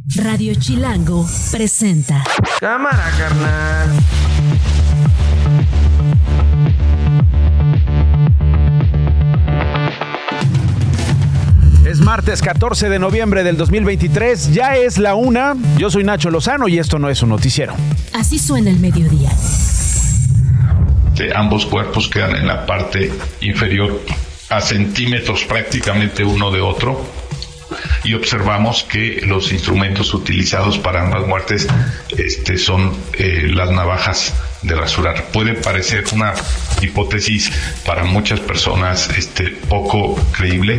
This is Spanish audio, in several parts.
Radio Chilango presenta. Cámara, carnal. Es martes 14 de noviembre del 2023, ya es la 1. Yo soy Nacho Lozano y esto no es un noticiero. Así suena el mediodía. Ambos cuerpos quedan en la parte inferior a centímetros prácticamente uno de otro, y observamos que los instrumentos utilizados para ambas muertes son las navajas de rasurar. Puede parecer una hipótesis para muchas personas poco creíble.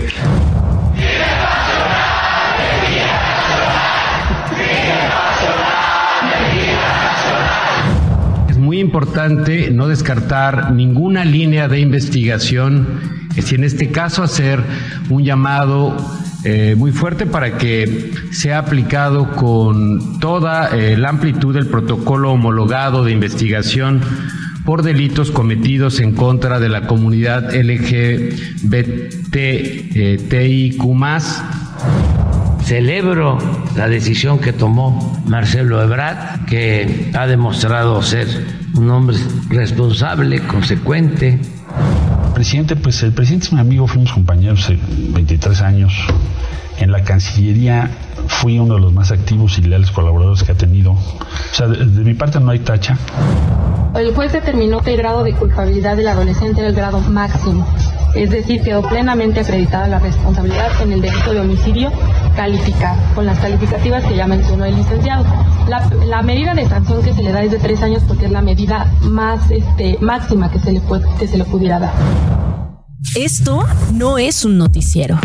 Es muy importante no descartar ninguna línea de investigación, y en este caso hacer un llamado muy fuerte para que sea aplicado con toda la amplitud del protocolo homologado de investigación por delitos cometidos en contra de la comunidad LGBTIQ+. Celebro la decisión que tomó Marcelo Ebrard, que ha demostrado ser un hombre responsable, consecuente. Presidente, el presidente es mi amigo, fuimos compañeros 23 años. En la Cancillería fui uno de los más activos y leales colaboradores que ha tenido. O sea, de mi parte no hay tacha. El juez determinó que el grado de culpabilidad del adolescente era el grado máximo, es decir, quedó plenamente acreditada la responsabilidad en el delito de homicidio calificado, con las calificativas que ya mencionó el licenciado. La medida de sanción que se le da es de 3 años porque es la medida más máxima que se le pudiera dar. Esto no es un noticiero.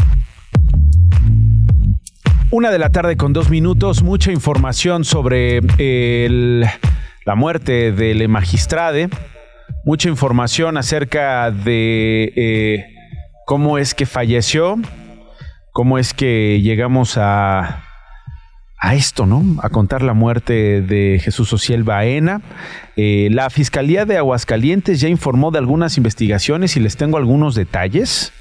1:02 p.m, mucha información sobre la muerte del magistrade, mucha información acerca de cómo es que falleció, cómo es que llegamos a esto, ¿no? A contar la muerte de Jesús Ociel Baena. La Fiscalía de Aguascalientes ya informó de algunas investigaciones y les tengo algunos detalles.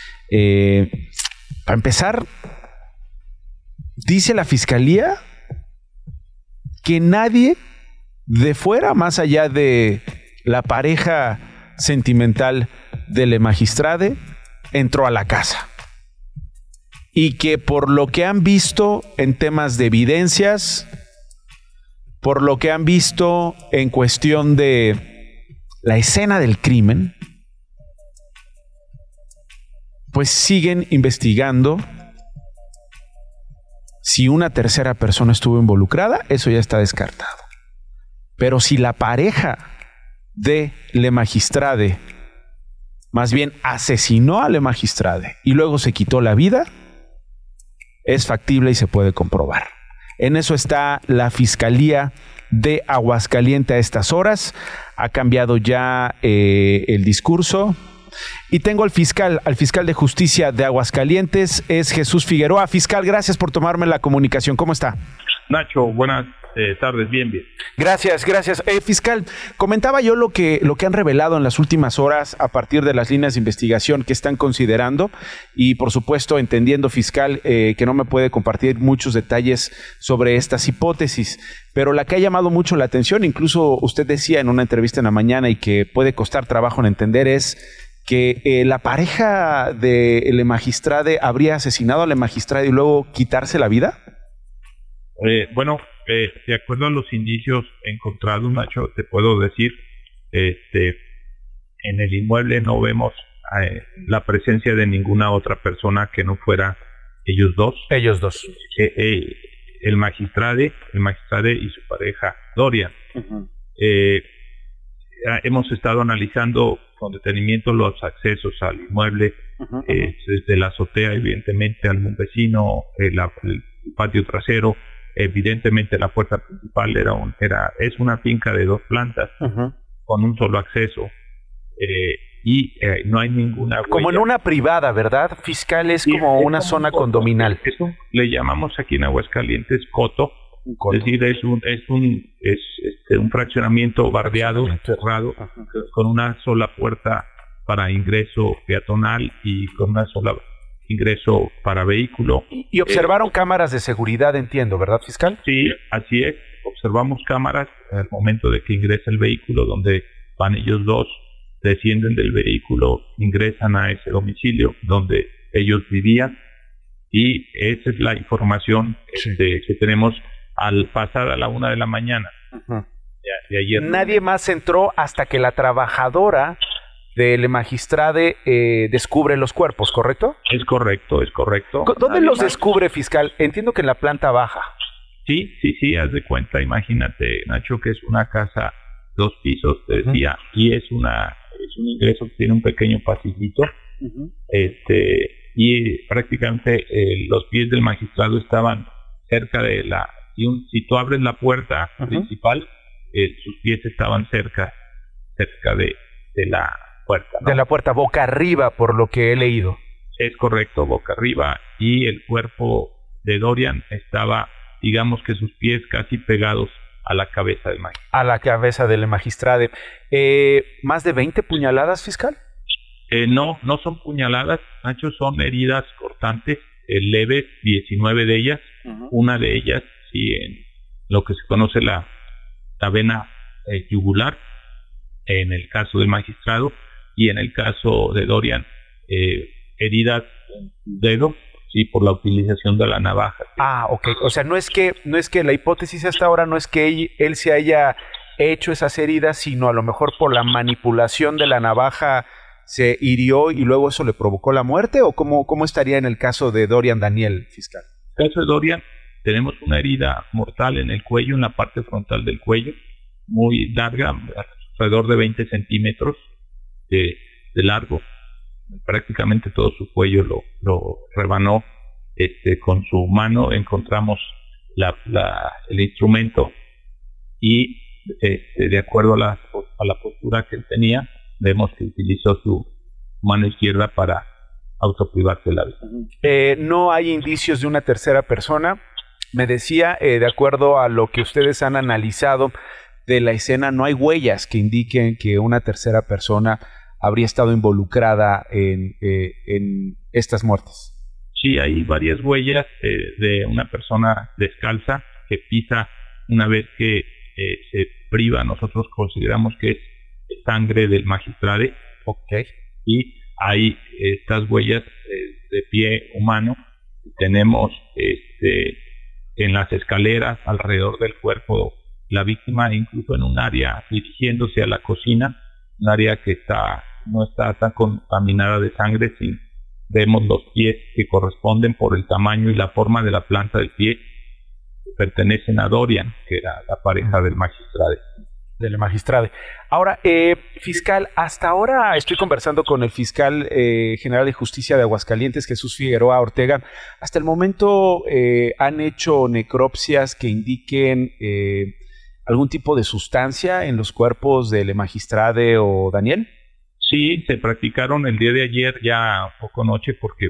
Para empezar, dice la Fiscalía que nadie de fuera, más allá de la pareja sentimental del magistrade, entró a la casa. Y que por lo que han visto en temas de evidencias, por lo que han visto en cuestión de la escena del crimen, pues siguen investigando si una tercera persona estuvo involucrada. Eso ya está descartado. Pero si la pareja de le magistrade, más bien asesinó a le magistrade y luego se quitó la vida, es factible y se puede comprobar. En eso está la Fiscalía de Aguascalientes a estas horas. Ha cambiado ya el discurso. Y tengo al fiscal de justicia de Aguascalientes, es Jesús Figueroa. Fiscal, gracias por tomarme la comunicación. ¿Cómo está? Nacho, buenas tardes, bien. Gracias. Fiscal, comentaba yo lo que han revelado en las últimas horas a partir de las líneas de investigación que están considerando y, por supuesto, entendiendo, fiscal, que no me puede compartir muchos detalles sobre estas hipótesis, pero la que ha llamado mucho la atención, incluso usted decía en una entrevista en la mañana y que puede costar trabajo en entender, es que la pareja de le magistrade habría asesinado a le magistrade y luego quitarse la vida. De acuerdo a los indicios encontrados, Nacho, te puedo decir, en el inmueble no vemos la presencia de ninguna otra persona que no fuera ellos dos. El magistrade y su pareja Dorian. Uh-huh. Hemos estado analizando con detenimiento los accesos al inmueble, uh-huh. Desde la azotea, evidentemente, algún vecino, el patio trasero. Evidentemente la puerta principal es una finca de 2 plantas, uh-huh. con un solo acceso, y no hay ninguna huella. Como en una privada, ¿verdad? Fiscal, es como una zona condominal. Eso le llamamos aquí en Aguascalientes coto. Es decir, es un fraccionamiento bardeado, cerrado, con una sola puerta para ingreso peatonal y con una sola ingreso para vehículo. Y observaron cámaras de seguridad, entiendo, ¿verdad, fiscal? Sí, así es. Observamos cámaras al momento de que ingresa el vehículo, donde van ellos dos, descienden del vehículo, ingresan a ese domicilio donde ellos vivían, y esa es la información que tenemos al pasar a la 1 de la mañana de ayer. Nadie más entró hasta que la trabajadora del magistrade descubre los cuerpos, ¿correcto? Es correcto. ¿Dónde los descubre, fiscal? Entiendo que en la planta baja. Sí, haz de cuenta, imagínate, Nacho, que es una casa 2 pisos, te decía, y es un ingreso que tiene un pequeño pasillito, y prácticamente los pies del magistrado estaban cerca de si tú abres la puerta principal, sus pies estaban cerca de la puerta, ¿no? De la puerta, boca arriba, por lo que he leído. Es correcto, boca arriba, y el cuerpo de Dorian estaba, digamos que sus pies casi pegados a la cabeza del magistrado. A la cabeza del magistrado. ¿Más de 20 puñaladas, fiscal? No son puñaladas, Nacho, son heridas cortantes, leves, 19 de ellas. Una de ellas, sí, en lo que se conoce la vena yugular, en el caso del magistrado, y en el caso de Dorian, heridas en su dedo, sí, por la utilización de la navaja. Ok. O sea, no es que la hipótesis hasta ahora no es que él se haya hecho esas heridas, sino a lo mejor por la manipulación de la navaja se hirió y luego eso le provocó la muerte, ¿o cómo estaría en el caso de Dorian Daniel, fiscal? En el caso de Dorian, tenemos una herida mortal en el cuello, en la parte frontal del cuello, muy larga, alrededor de 20 centímetros de largo. Prácticamente todo su cuello lo rebanó. Con su mano encontramos el instrumento, y de acuerdo a la postura que él tenía, vemos que utilizó su mano izquierda para autoprivarse la vida. No hay indicios de una tercera persona. Me decía, de acuerdo a lo que ustedes han analizado de la escena, no hay huellas que indiquen que una tercera persona habría estado involucrada en estas muertes. Sí, hay varias huellas de una persona descalza que pisa una vez que se priva. Nosotros consideramos que es sangre del magistrado. Y hay estas huellas de pie humano. Tenemos en las escaleras alrededor del cuerpo la víctima, incluso en un área dirigiéndose a la cocina, un área que no está tan contaminada de sangre. Vemos los pies que corresponden por el tamaño y la forma de la planta del pie, que pertenecen a Dorian, que era la pareja del magistrado. Ahora, fiscal, hasta ahora estoy conversando con el fiscal general de justicia de Aguascalientes, Jesús Figueroa Ortega. Hasta el momento han hecho necropsias que indiquen algún tipo de sustancia en los cuerpos del magistrado o Daniel. Sí, se practicaron el día de ayer, ya poco noche, porque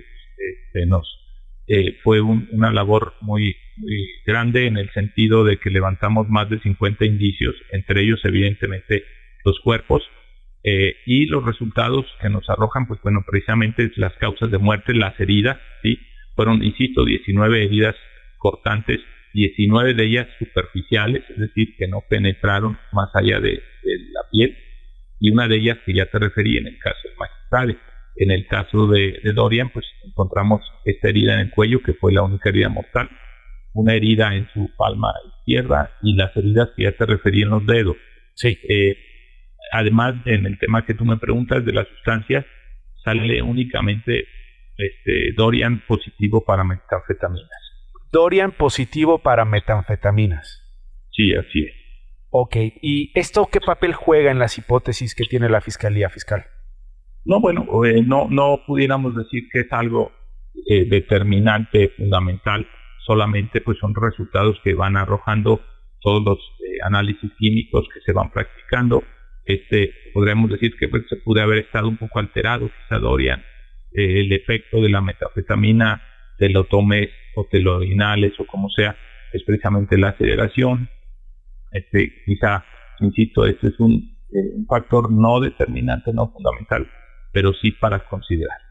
fue una labor muy grande, en el sentido de que levantamos más de 50 indicios, entre ellos evidentemente los cuerpos, y los resultados que nos arrojan, pues bueno, precisamente las causas de muerte, las heridas, sí, fueron, insisto, 19 heridas cortantes, 19 de ellas superficiales, es decir, que no penetraron más allá de la piel, y una de ellas que ya te referí en el caso del magistrado. En el caso de Dorian, pues encontramos esta herida en el cuello, que fue la única herida mortal, una herida en su palma izquierda, y las heridas que ya te referí en los dedos. Sí. Además, en el tema que tú me preguntas de las sustancias, sale únicamente Dorian positivo para metanfetaminas. Dorian positivo para metanfetaminas. Sí, así es. Ok, ¿y esto qué papel juega en las hipótesis que tiene la Fiscalía, fiscal? No, bueno, no pudiéramos decir que es algo determinante, fundamental, solamente pues son resultados que van arrojando todos los análisis químicos que se van practicando. Podríamos decir que pues, se puede haber estado un poco alterado, quizá Dorian, el efecto de la metanfetamina, telotomes o teloidinales o como sea, es precisamente la aceleración. Quizá, insisto, este es un factor no determinante, no fundamental, pero sí para considerar.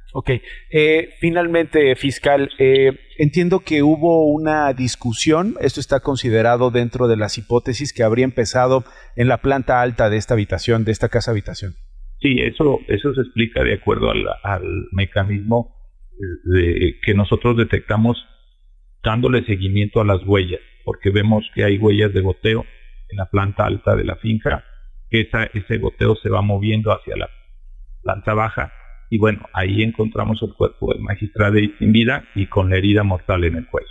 Ok. Finalmente, fiscal, entiendo que hubo una discusión, esto está considerado dentro de las hipótesis que habría empezado en la planta alta de esta habitación, de esta casa habitación. Sí, eso se explica de acuerdo al mecanismo que nosotros detectamos dándole seguimiento a las huellas, porque vemos que hay huellas de goteo en la planta alta de la finca, que ese goteo se va moviendo hacia la planta baja, y bueno, ahí encontramos el cuerpo del magistrado sin vida y con la herida mortal en el cuello.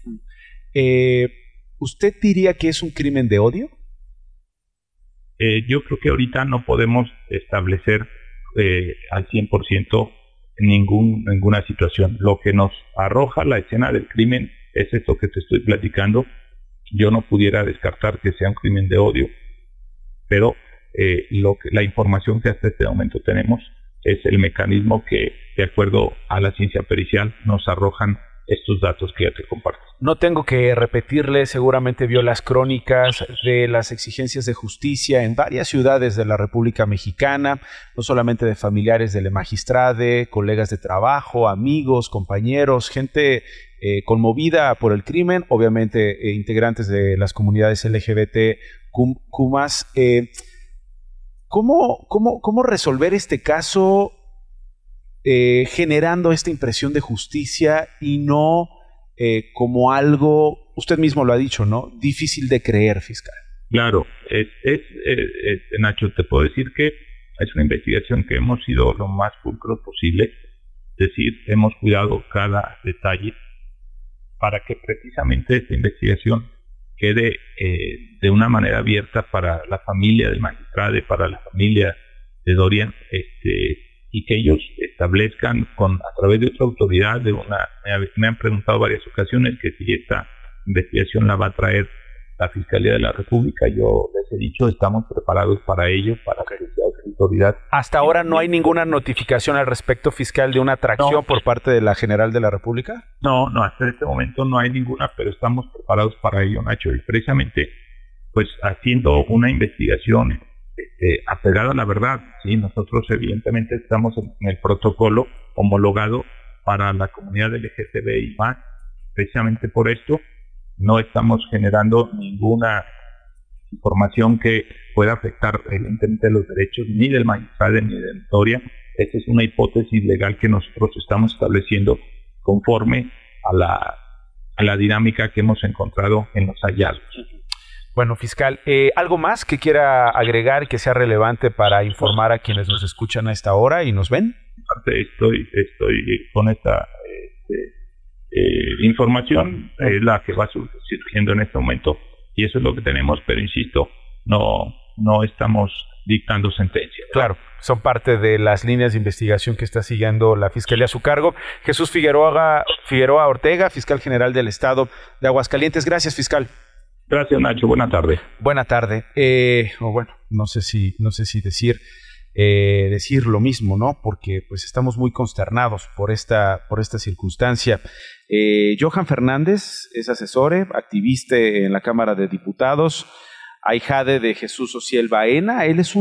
¿Usted diría que es un crimen de odio? Yo creo que ahorita no podemos establecer al 100% ninguna situación. Lo que nos arroja la escena del crimen es esto que te estoy platicando. Yo no pudiera descartar que sea un crimen de odio, pero la información que hasta este momento tenemos es el mecanismo que, de acuerdo a la ciencia pericial, nos arrojan estos datos que ya te comparto. No tengo que repetirle, seguramente vio las crónicas de las exigencias de justicia en varias ciudades de la República Mexicana, no solamente de familiares del magistrade, colegas de trabajo, amigos, compañeros, gente conmovida por el crimen, obviamente integrantes de las comunidades LGBT, Cumas. ¿Cómo resolver este caso generando esta impresión de justicia y no como algo, usted mismo lo ha dicho, ¿no? Difícil de creer, fiscal? Claro, Nacho, te puedo decir que es una investigación que hemos sido lo más pulcros posible, es decir, hemos cuidado cada detalle para que precisamente esta investigación quede de una manera abierta para la familia del magistrado, para la familia de Dorian, y que ellos establezcan a través de otra autoridad, me han preguntado varias ocasiones que si esta investigación la va a traer la Fiscalía de la República. Yo les he dicho, estamos preparados para ello, para que sea otra autoridad. ¿Hasta ahora no hay ninguna notificación al respecto, fiscal, de una atracción por parte de la General de la República? No, hasta este momento no hay ninguna, pero estamos preparados para ello, Nacho, y precisamente pues haciendo una investigación apegada a la verdad. Sí, nosotros evidentemente estamos en el protocolo homologado para la comunidad LGTBI+, precisamente por esto no estamos generando ninguna información que pueda afectar evidentemente los derechos ni del magistrado ni de Dorian. Esta es una hipótesis legal que nosotros estamos estableciendo conforme a la dinámica que hemos encontrado en los hallazgos. Bueno, fiscal, ¿algo más que quiera agregar que sea relevante para informar a quienes nos escuchan a esta hora y nos ven? Estoy con esta información, es la que va surgiendo en este momento, y eso es lo que tenemos, pero insisto, no estamos dictando sentencia. Claro, son parte de las líneas de investigación que está siguiendo la Fiscalía a su cargo. Jesús Figueroa Ortega, fiscal general del Estado de Aguascalientes. Gracias, fiscal. Gracias, Nacho. Buena tarde. Buena tarde. No sé si decir lo mismo, ¿no? Porque pues estamos muy consternados por esta circunstancia. Johan Fernández es asesor, activista en la Cámara de Diputados, ahijade de Jesús Ociel Baena. Él es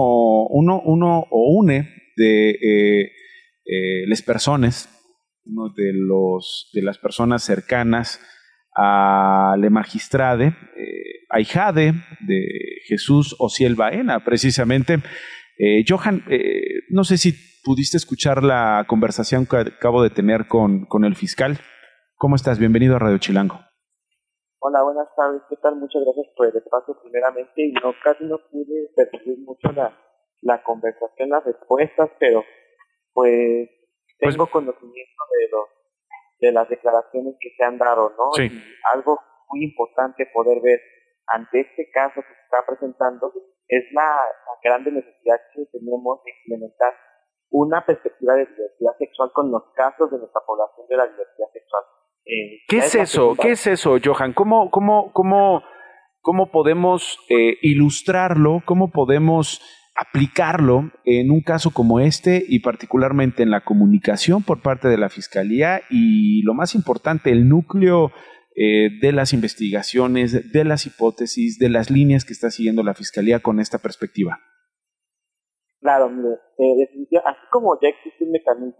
une de las personas, uno de las personas cercanas a le magistrade, ahijade de Jesús Ociel Baena, precisamente. Johan, no sé si pudiste escuchar la conversación que acabo de tener con el fiscal. ¿Cómo estás? Bienvenido a Radio Chilango. Hola, buenas tardes. ¿Qué tal? Muchas gracias por el espacio primeramente. Y casi no pude percibir mucho la conversación, las respuestas, pero pues tengo conocimiento de las declaraciones que se han dado, ¿no? Sí. Y algo muy importante poder ver ante este caso que se está presentando es la grande necesidad que tenemos de implementar una perspectiva de diversidad sexual con los casos de nuestra población de la diversidad sexual. ¿Qué es eso? ¿Qué es eso, Johan? ¿Cómo podemos ilustrarlo? ¿Cómo podemos aplicarlo en un caso como este y particularmente en la comunicación por parte de la Fiscalía y, lo más importante, el núcleo de las investigaciones, de las hipótesis, de las líneas que está siguiendo la Fiscalía con esta perspectiva? Claro, mire, así como ya existe un mecanismo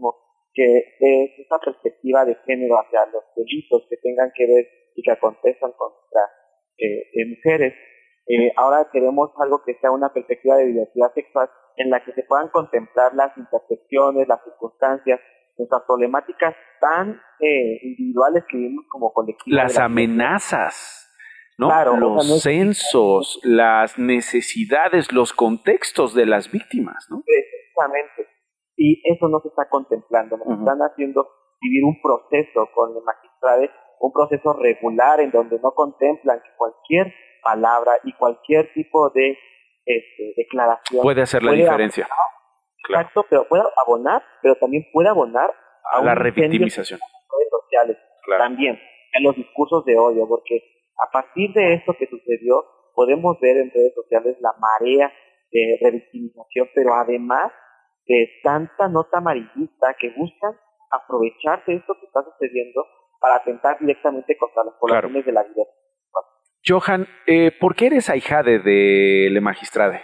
que es esa perspectiva de género hacia los delitos que tengan que ver y que acontezcan contra mujeres. Ahora queremos algo que sea una perspectiva de diversidad sexual en la que se puedan contemplar las intersecciones, las circunstancias, nuestras problemáticas tan individuales que vivimos como colectivos. Las amenazas, ¿no? Claro, los censos, las necesidades, los contextos de las víctimas, ¿no? Precisamente. Y eso no se está contemplando. Nos están haciendo vivir un proceso con los magistrados, un proceso regular en donde no contemplan que cualquier palabra y cualquier tipo de declaración puede hacer la diferencia. Abonar, exacto, pero puede abonar, pero también puede abonar a la revictimización. En las redes sociales, también en los discursos de odio, porque a partir de esto que sucedió podemos ver en redes sociales la marea de revictimización, pero además de tanta nota amarillista que buscan aprovecharse de esto que está sucediendo para atentar directamente contra las poblaciones de la vida. Johan, ¿por qué eres ahijade de Le Magistrade?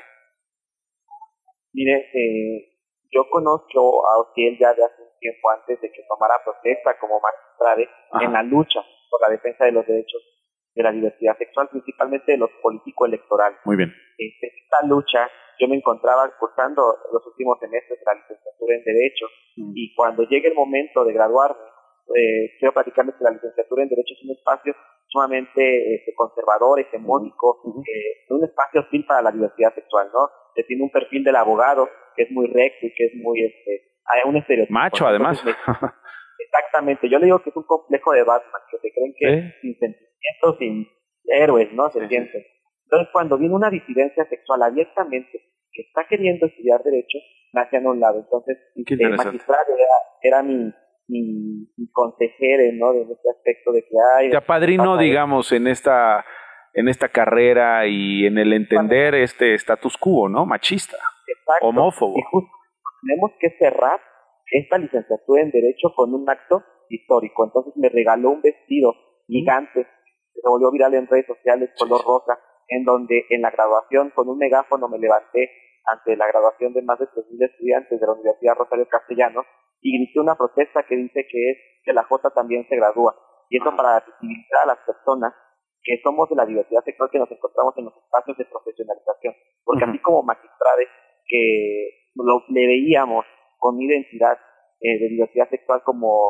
Mire, yo conozco a Ociel ya de hace un tiempo antes de que tomara protesta como magistrade en la lucha por la defensa de los derechos de la diversidad sexual, principalmente de los político-electorales. Muy bien. En esta lucha yo me encontraba cursando los últimos semestres de la licenciatura en Derecho y cuando llegue el momento de graduarme, quiero platicarles que la licenciatura en Derecho es un espacio sumamente conservador, hegemónico, un espacio hostil para la diversidad sexual, ¿no? Que tiene un perfil del abogado que es muy recto y que es muy hay un estereotipo. Macho, además. Exactamente. Yo le digo que es un complejo de Batman, que se creen que sin sentimientos, sin héroes, ¿no? Se sienten. Entonces, cuando viene una disidencia sexual abiertamente que está queriendo estudiar Derecho, me hacían a un lado. Entonces, el magistrado era mi consejero, ¿no? De este aspecto de que hay... Te apadrinó, digamos, en esta carrera y en el entender este status quo, ¿no? Machista. Exacto. Homófobo. Y justo tenemos que cerrar esta licenciatura en Derecho con un acto histórico. Entonces me regaló un vestido gigante que se volvió viral en redes sociales, color rosa, en donde en la graduación con un megáfono me levanté ante la graduación de más de 3,000 estudiantes de la Universidad Rosario Castellanos y grité una protesta que dice que la J también se gradúa. Y eso para visibilizar a las personas que somos de la diversidad sexual, que nos encontramos en los espacios de profesionalización. Porque así como magistrades que le veíamos con identidad de diversidad sexual como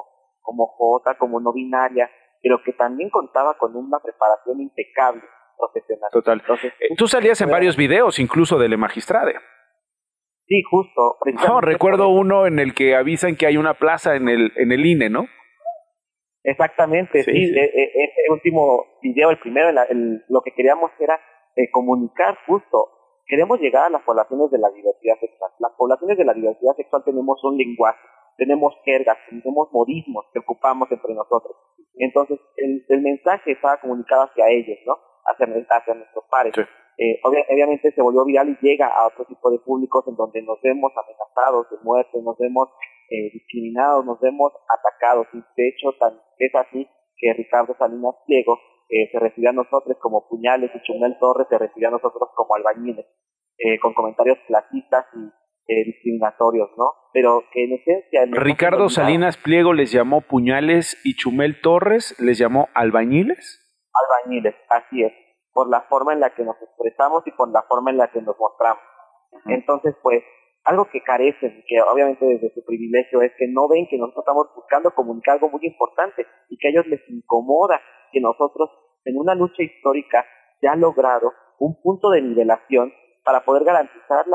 J, como no binaria, pero que también contaba con una preparación impecable profesional. Total. Entonces, tú salías en varios videos, incluso de Le Magistrade. Sí, justo. No, recuerdo uno en el que avisan que hay una plaza en el INE, ¿no? Exactamente, sí. Ese último video, el primero, lo que queríamos era comunicar justo. Queremos llegar a las poblaciones de la diversidad sexual. Las poblaciones de la diversidad sexual tenemos un lenguaje, tenemos jergas, tenemos modismos que ocupamos entre nosotros. Entonces, el mensaje estaba comunicado hacia ellos, ¿no? Hacia nuestros pares. Sí. Obviamente se volvió viral y llega a otro tipo de públicos en donde nos vemos amenazados de muerte, nos vemos discriminados, nos vemos atacados. Y de hecho, es así que Ricardo Salinas Pliego se refirió a nosotros como puñales y Chumel Torres se refirió a nosotros como albañiles, con comentarios clasistas y discriminatorios, ¿no? Pero que en esencia... Ricardo Salinas Pliego les llamó puñales y Chumel Torres les llamó albañiles. Albañiles, así es, por la forma en la que nos expresamos y por la forma en la que nos mostramos. Entonces, pues, algo que carecen, que obviamente desde su privilegio es que no ven que nosotros estamos buscando comunicar algo muy importante y que a ellos les incomoda que nosotros en una lucha histórica ya logrado un punto de nivelación para poder garantizar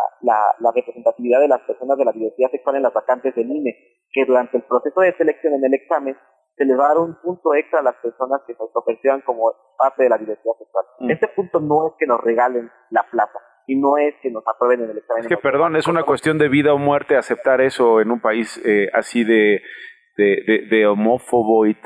la representatividad de las personas de la diversidad sexual en las vacantes del INE, que durante el proceso de selección en el examen se les va a dar un punto extra a las personas que se autoperciban como parte de la diversidad sexual. Este punto no es que nos regalen la plaza, y no es que nos aprueben en el examen. Es que, perdón, es una cuestión de vida o muerte aceptar eso en un país así de homófobo y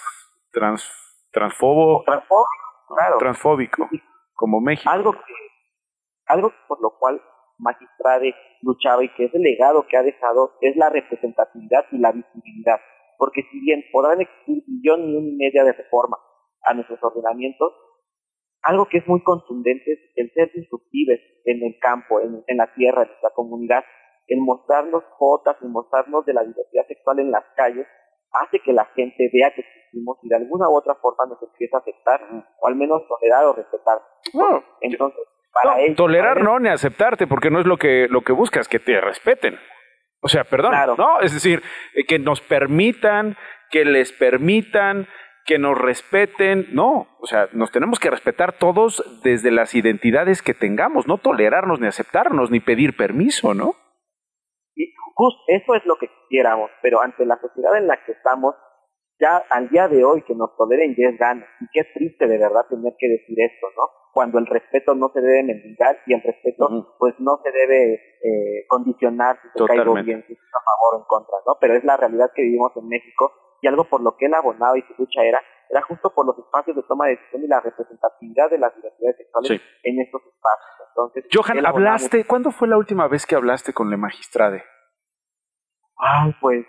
transfóbico, claro. Transfóbico, como México. Algo por lo cual Magistrade luchaba y que es el legado que ha dejado es la representatividad y la visibilidad. Porque si bien podrán existir 1,5 millones de reformas a nuestros ordenamientos, algo que es muy contundente es el ser disruptibles en el campo, en la tierra, en nuestra comunidad, el mostrarnos fotos y mostrarnos de la diversidad sexual en las calles hace que la gente vea que existimos y de alguna u otra forma nos empieza a aceptar, o al menos tolerar o respetar. Entonces, para ellos, tolerar no, ni aceptarte, porque no es lo que buscas, que te respeten. O sea, perdón, claro. ¿No? Es decir, que nos permitan, que les permitan, que nos respeten. No, o sea, nos tenemos que respetar todos desde las identidades que tengamos, no tolerarnos, ni aceptarnos, ni pedir permiso, ¿no? Y justo eso es lo que quisiéramos, pero ante la sociedad en la que estamos, ya al día de hoy que nos toleren ya es gana. Y qué triste de verdad tener que decir esto, ¿no? Cuando el respeto no se debe mendigar y el respeto pues no se debe condicionar si te caigo bien, si estás a favor o en contra, ¿no? Pero es la realidad que vivimos en México y algo por lo que él abonaba y su lucha era justo por los espacios de toma de decisión y la representatividad de las diversidades sexuales en estos espacios. Entonces, Johan, ¿hablaste? ¿Cuándo fue la última vez que hablaste con la magistrada? Pues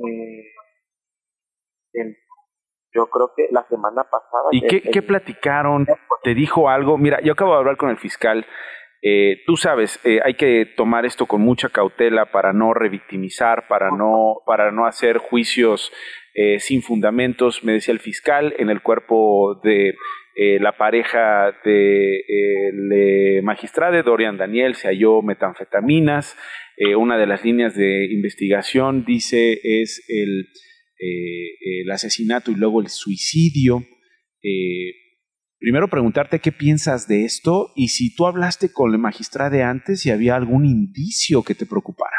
yo creo que la semana pasada. ¿Y qué platicaron? ¿Te dijo algo? Mira, yo acabo de hablar con el fiscal. Tú sabes, hay que tomar esto con mucha cautela para no revictimizar, para no hacer juicios sin fundamentos. Me decía el fiscal, en el cuerpo de la pareja de magistrada Dorian Daniel se halló metanfetaminas. Una de las líneas de investigación dice es el asesinato y luego el suicidio. Primero preguntarte qué piensas de esto y si tú hablaste con la magistrada antes y había algún indicio que te preocupara.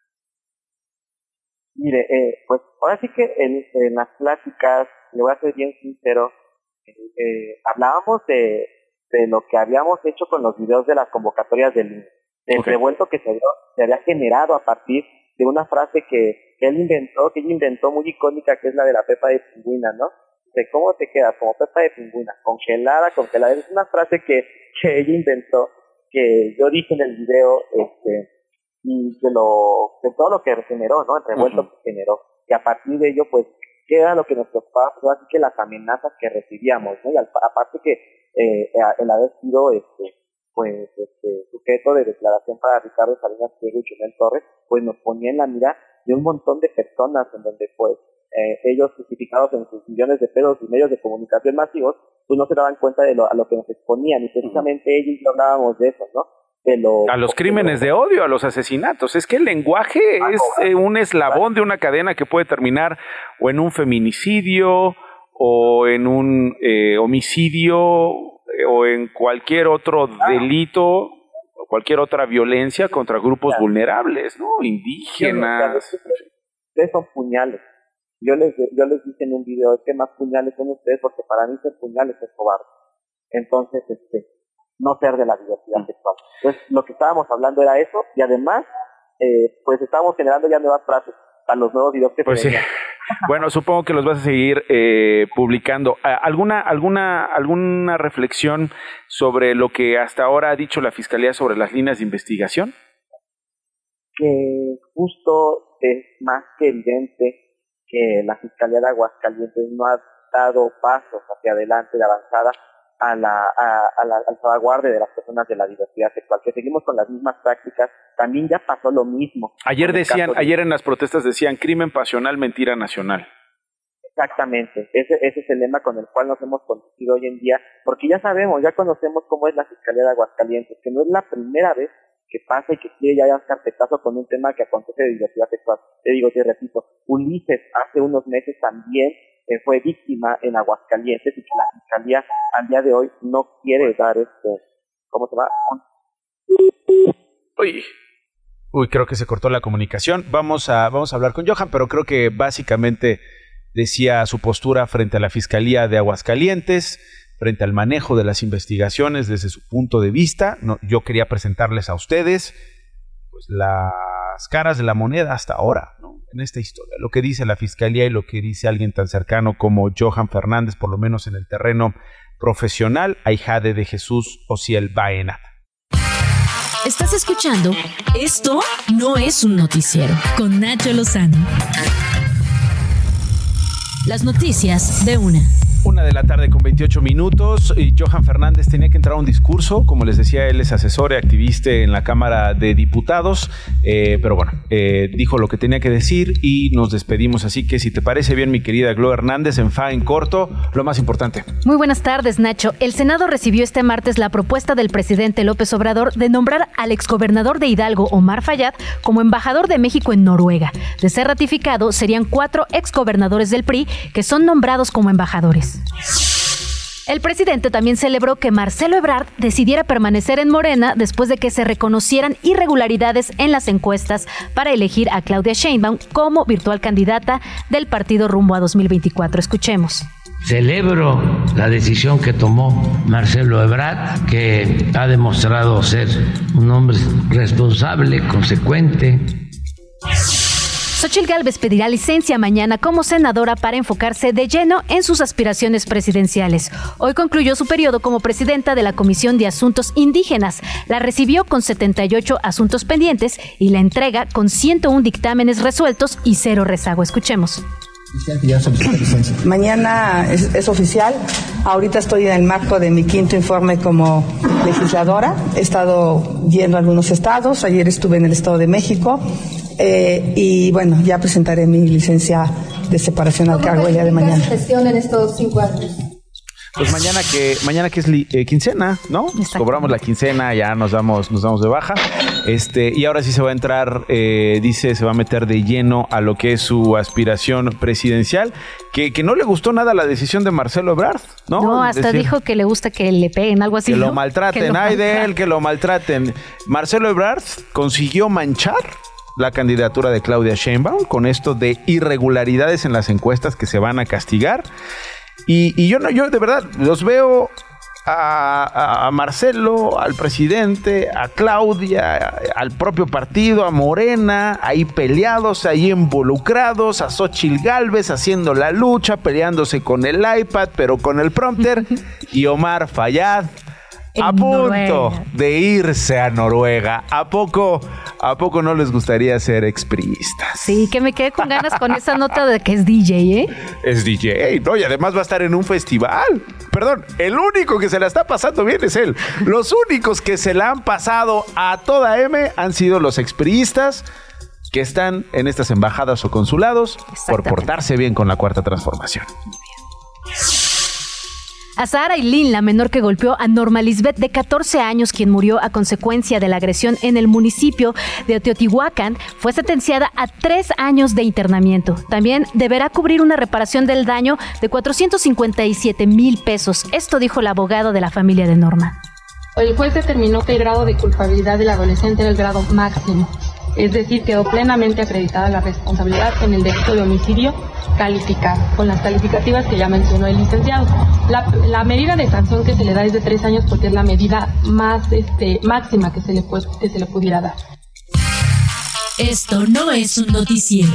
Mire, pues ahora sí que en las pláticas, le voy a ser bien sincero, hablábamos de lo que habíamos hecho con los videos de las convocatorias del revuelto que se había generado a partir de una frase que ella inventó muy icónica, que es la de la pepa de pingüina, ¿no? De cómo te quedas, como pepa de pingüina, congelada. Es una frase que ella inventó, que yo dije en el video, y de todo lo que generó, ¿no? El revuelto que generó. Y a partir de ello, pues, ¿qué era lo que nos preocupaba? Pues así que las amenazas que recibíamos, ¿no? Y aparte que el haber sido, sujeto de declaración para Ricardo Salinas Pliego y Chumel Torres, pues nos ponía en la mira de un montón de personas en donde, pues, ellos justificados en sus millones de pesos y medios de comunicación masivos, pues no se daban cuenta de a lo que nos exponían, y precisamente ellos hablábamos de eso, ¿no? A los crímenes de odio, a los asesinatos. Es que el lenguaje es un eslabón de una cadena que puede terminar o en un feminicidio o en un homicidio o en cualquier otro delito o cualquier otra violencia contra grupos vulnerables, ¿no? Indígenas. Ustedes son puñales. Yo les dije en un video, es que más puñales son ustedes, porque para mí ser puñales es cobarde. Entonces, no ser de la diversidad sexual. Entonces, lo que estábamos hablando era eso, y además, pues estábamos generando ya nuevas frases a los nuevos videos que pues sí. Bueno, supongo que los vas a seguir publicando. ¿Alguna reflexión sobre lo que hasta ahora ha dicho la Fiscalía sobre las líneas de investigación? Que justo es más que evidente que la Fiscalía de Aguascalientes no ha dado pasos hacia adelante de avanzada al salvaguarde de las personas de la diversidad sexual, que seguimos con las mismas prácticas. También ya pasó lo mismo. Ayer en las protestas decían crimen pasional, mentira nacional. Exactamente, ese es el lema con el cual nos hemos conducido hoy en día, porque ya conocemos cómo es la Fiscalía de Aguascalientes, que no es la primera vez que pasa y que quiere ya dar carpetazo con un tema que acontece de diversidad sexual. Te repito, Ulises hace unos meses también fue víctima en Aguascalientes, y que la Fiscalía al día de hoy no quiere dar ¿cómo se llama? Uy, creo que se cortó la comunicación. Vamos a hablar con Johan, pero creo que básicamente decía su postura frente a la Fiscalía de Aguascalientes, frente al manejo de las investigaciones desde su punto de vista. Yo quería presentarles a ustedes pues las caras de la moneda hasta ahora, ¿no? En esta historia, lo que dice la Fiscalía y lo que dice alguien tan cercano como Johan Fernández, por lo menos en el terreno profesional, ahijade de Jesús Ociel Baena. Estás escuchando Esto No Es un Noticiero con Nacho Lozano. Las noticias de una. 1:28 y Johan Fernández tenía que entrar a un discurso. Como les decía, él es asesor y activista en la Cámara de Diputados, pero bueno, dijo lo que tenía que decir y nos despedimos. Así que si te parece bien, mi querida Glo Hernández, en corto, lo más importante. Muy buenas tardes, Nacho. El Senado recibió este martes la propuesta del presidente López Obrador de nombrar al exgobernador de Hidalgo, Omar Fayad, como embajador de México en Noruega. De ser ratificado, serían 4 exgobernadores del PRI que son nombrados como embajadores. El presidente también celebró que Marcelo Ebrard decidiera permanecer en Morena después de que se reconocieran irregularidades en las encuestas para elegir a Claudia Sheinbaum como virtual candidata del partido rumbo a 2024. Escuchemos. Celebro la decisión que tomó Marcelo Ebrard, que ha demostrado ser un hombre responsable, consecuente. Xóchitl Gálvez pedirá licencia mañana como senadora para enfocarse de lleno en sus aspiraciones presidenciales. Hoy concluyó su periodo como presidenta de la Comisión de Asuntos Indígenas. La recibió con 78 asuntos pendientes y la entrega con 101 dictámenes resueltos y 0 rezago. Escuchemos. Mañana es oficial. Ahorita estoy en el marco de mi 5º informe como legisladora. He estado yendo a algunos estados. Ayer estuve en el Estado de México. Y bueno, ya presentaré mi licencia de separación al cargo el día de mañana. ¿Cómo gestión en estos 5 años? Pues mañana que es quincena, ¿no? Cobramos la quincena, ya nos damos de baja. Y ahora sí se va a entrar, dice, se va a meter de lleno a lo que es su aspiración presidencial, que no le gustó nada la decisión de Marcelo Ebrard, ¿no? No, hasta dijo que le gusta que le peguen, algo así. Que ¿no? lo maltraten, que lo maltraten. Marcelo Ebrard consiguió manchar la candidatura de Claudia Sheinbaum con esto de irregularidades en las encuestas que se van a castigar. Y yo de verdad los veo a Marcelo, al presidente, a Claudia, al propio partido, a Morena, ahí peleados, ahí involucrados, a Xóchitl Gálvez haciendo la lucha, peleándose con el iPad, pero con el prompter, y Omar Fayad a punto de irse a Noruega. ¿A poco no les gustaría ser expriistas? Sí, que me quedé con ganas con esa nota de que es DJ, ¿eh? Es DJ, ¿no? Y además va a estar en un festival. Perdón, el único que se la está pasando bien es él. Los únicos que se la han pasado a toda M han sido los expriistas que están en estas embajadas o consulados por portarse bien con la Cuarta Transformación. Azahara Ailín, la menor que golpeó a Norma Lisbeth, de 14 años, quien murió a consecuencia de la agresión en el municipio de Teotihuacán, fue sentenciada a 3 años de internamiento. También deberá cubrir una reparación del daño de 457,000 pesos. Esto dijo el abogado de la familia de Norma. El juez determinó que el grado de culpabilidad del adolescente era el grado máximo. Es decir, quedó plenamente acreditada la responsabilidad en el delito de homicidio calificado, con las calificativas que ya mencionó el licenciado. La medida de sanción que se le da es de 3 años porque es la medida más máxima que se le pudiera dar. Esto no es un noticiero.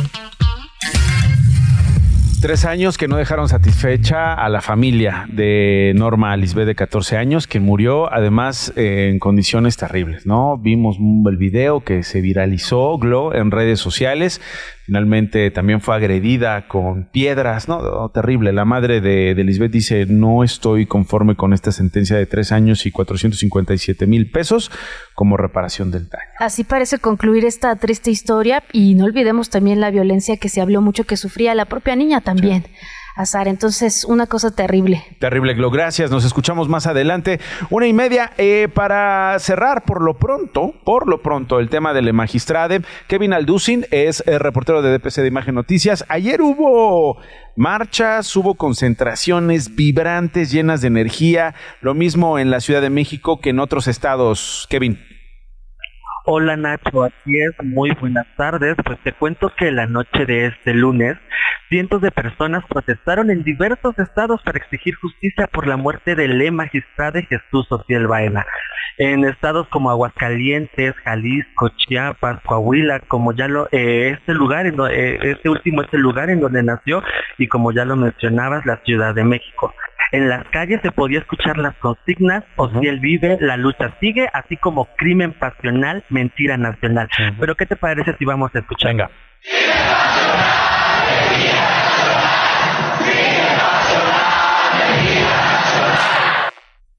3 años que no dejaron satisfecha a la familia de Norma Lisbeth, de 14 años, que murió además en condiciones terribles, ¿no? Vimos el video que se viralizó, Glo, en redes sociales. Finalmente también fue agredida con piedras, ¿no? Terrible. La madre de Lisbeth dice: no estoy conforme con esta sentencia de 3 años y 457,000 pesos como reparación del daño. Así parece concluir esta triste historia, y no olvidemos también la violencia que se habló mucho que sufría la propia niña también. Sí. Azar, entonces una cosa terrible. Terrible, Glo, gracias. Nos escuchamos más adelante. 1:30 para cerrar por lo pronto el tema de la magistrade. Kevin Alducin es reportero de DPC de Imagen Noticias. Ayer hubo marchas, hubo concentraciones vibrantes, llenas de energía. Lo mismo en la Ciudad de México que en otros estados. Kevin. Hola Nacho, así es, muy buenas tardes. Pues te cuento que la noche de este lunes, cientos de personas protestaron en diversos estados para exigir justicia por la muerte del magistrade Jesús Ociel Baena. En estados como Aguascalientes, Jalisco, Chiapas, Coahuila, como ya este último es el lugar en donde nació, y como ya lo mencionabas, la Ciudad de México. En las calles se podía escuchar las consignas: Ociel vive, la lucha sigue, así como crimen pasional, mentira nacional. Pero ¿qué te parece si vamos a escuchar? Venga.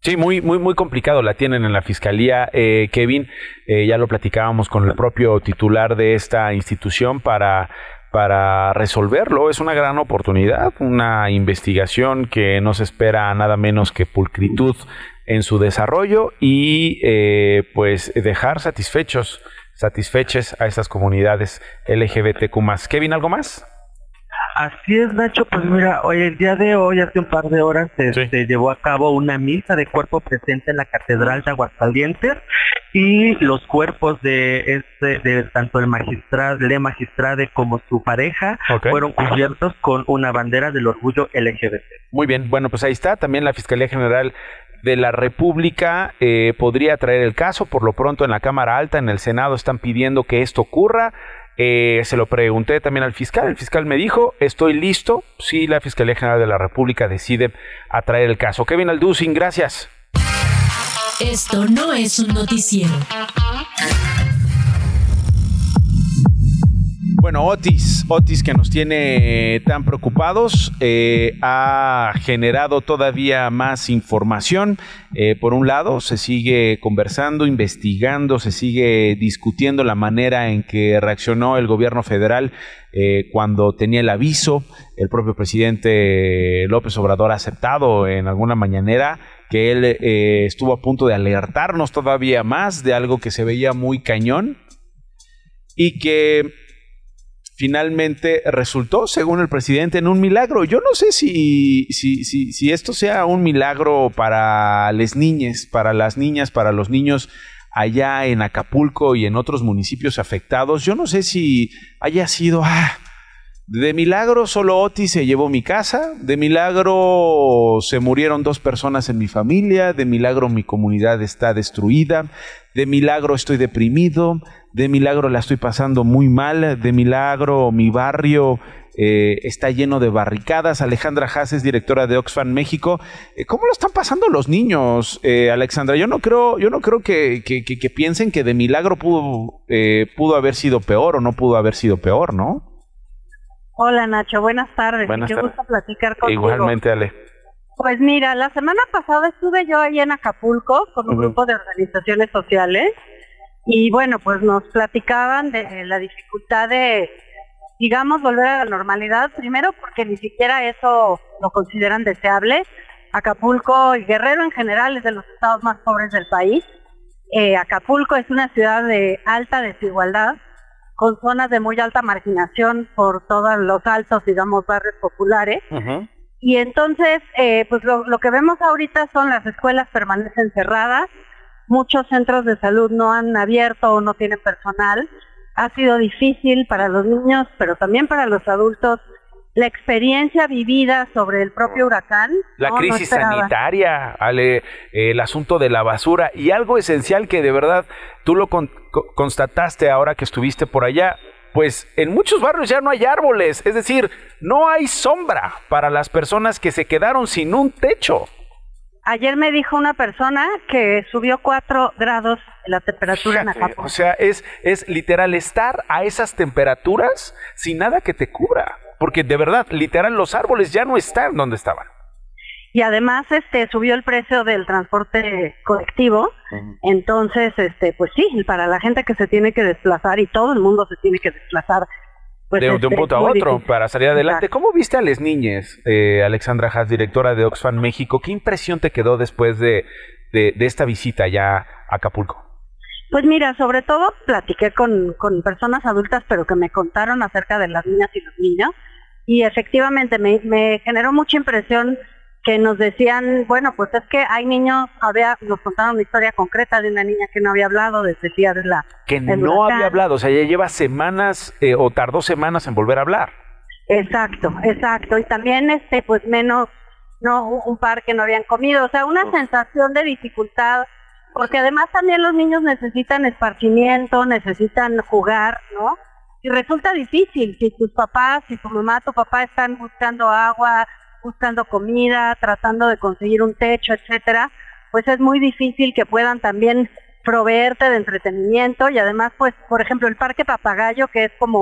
Sí, muy complicado la tienen en la Fiscalía, Kevin. Ya lo platicábamos con el propio titular de esta institución para resolverlo. Es una gran oportunidad, una investigación que no se espera nada menos que pulcritud en su desarrollo y pues dejar satisfechas a estas comunidades LGBTQ+. Kevin, ¿algo más? Así es, Nacho, pues mira, hoy, el día de hoy, hace un par de horas, se llevó a cabo una misa de cuerpo presente en la Catedral de Aguascalientes y los cuerpos de tanto el magistrade como su pareja fueron cubiertos con una bandera del orgullo LGBT. Muy bien, bueno, pues ahí está, también la Fiscalía General de la República podría traer el caso. Por lo pronto en la Cámara Alta, en el Senado, están pidiendo que esto ocurra. Se lo pregunté también al fiscal. El fiscal me dijo, estoy listo si la Fiscalía General de la República decide atraer el caso. Kevin Alducin, gracias. Esto no es un noticiero. Bueno, Otis que nos tiene tan preocupados, ha generado todavía más información. Por un lado, se sigue conversando, investigando, se sigue discutiendo la manera en que reaccionó el gobierno federal cuando tenía el aviso. El propio presidente López Obrador ha aceptado en alguna mañanera que él estuvo a punto de alertarnos todavía más de algo que se veía muy cañón y que finalmente resultó, según el presidente, en un milagro. Yo no sé si esto sea un milagro para las niñas, para los niños allá en Acapulco y en otros municipios afectados. Yo no sé si haya sido... de milagro solo Otis se llevó mi casa, de milagro se murieron 2 personas en mi familia, de milagro mi comunidad está destruida, de milagro estoy deprimido, de milagro la estoy pasando muy mal, de milagro mi barrio está lleno de barricadas. Alejandra Haas es directora de Oxfam México. ¿Cómo lo están pasando los niños, Alexandra? Yo no creo que piensen que de milagro pudo haber sido peor o no pudo haber sido peor, ¿no? Hola Nacho, buenas tardes. Qué gusto platicar contigo. Igualmente, Ale. Pues mira, la semana pasada estuve yo ahí en Acapulco con un grupo de organizaciones sociales y bueno, pues nos platicaban de la dificultad de, digamos, volver a la normalidad, primero porque ni siquiera eso lo consideran deseable. Acapulco y Guerrero en general es de los estados más pobres del país. Acapulco es una ciudad de alta desigualdad, con zonas de muy alta marginación por todos los altos, digamos, barrios populares. Y entonces, pues lo que vemos ahorita son las escuelas permanecen cerradas, muchos centros de salud no han abierto o no tienen personal. Ha sido difícil para los niños, pero también para los adultos, la experiencia vivida sobre el propio huracán. La crisis sanitaria, Ale, el asunto de la basura y algo esencial que de verdad tú lo constataste ahora que estuviste por allá, pues en muchos barrios ya no hay árboles, es decir, no hay sombra para las personas que se quedaron sin un techo. Ayer me dijo una persona que subió 4 grados la temperatura en Acapulco. O sea, es literal estar a esas temperaturas sin nada que te cubra. Porque de verdad, literal, los árboles ya no están donde estaban. Y además subió el precio del transporte colectivo. Entonces, pues sí, para la gente que se tiene que desplazar, y todo el mundo se tiene que desplazar. Pues de un punto a otro, difícil para salir adelante. Exacto. ¿Cómo viste a las niñas, Alexandra Haas, directora de Oxfam México? ¿Qué impresión te quedó después de esta visita ya a Acapulco? Pues mira, sobre todo platiqué con personas adultas, pero que me contaron acerca de las niñas y los niños. Y efectivamente me generó mucha impresión que nos decían, bueno, pues es que hay niños, nos contaron una historia concreta de una niña que no había hablado desde el día de la... Que no había hablado, o sea, ya lleva semanas o tardó semanas en volver a hablar. Exacto. Y también, pues menos, un par que no habían comido, o sea, una sensación de dificultad, porque además también los niños necesitan esparcimiento, necesitan jugar, ¿no? Y resulta difícil si tus papás, si tu mamá, tu papá están buscando agua, buscando comida, tratando de conseguir un techo, etcétera, pues es muy difícil que puedan también proveerte de entretenimiento y además, pues, por ejemplo, el Parque Papagayo, que es como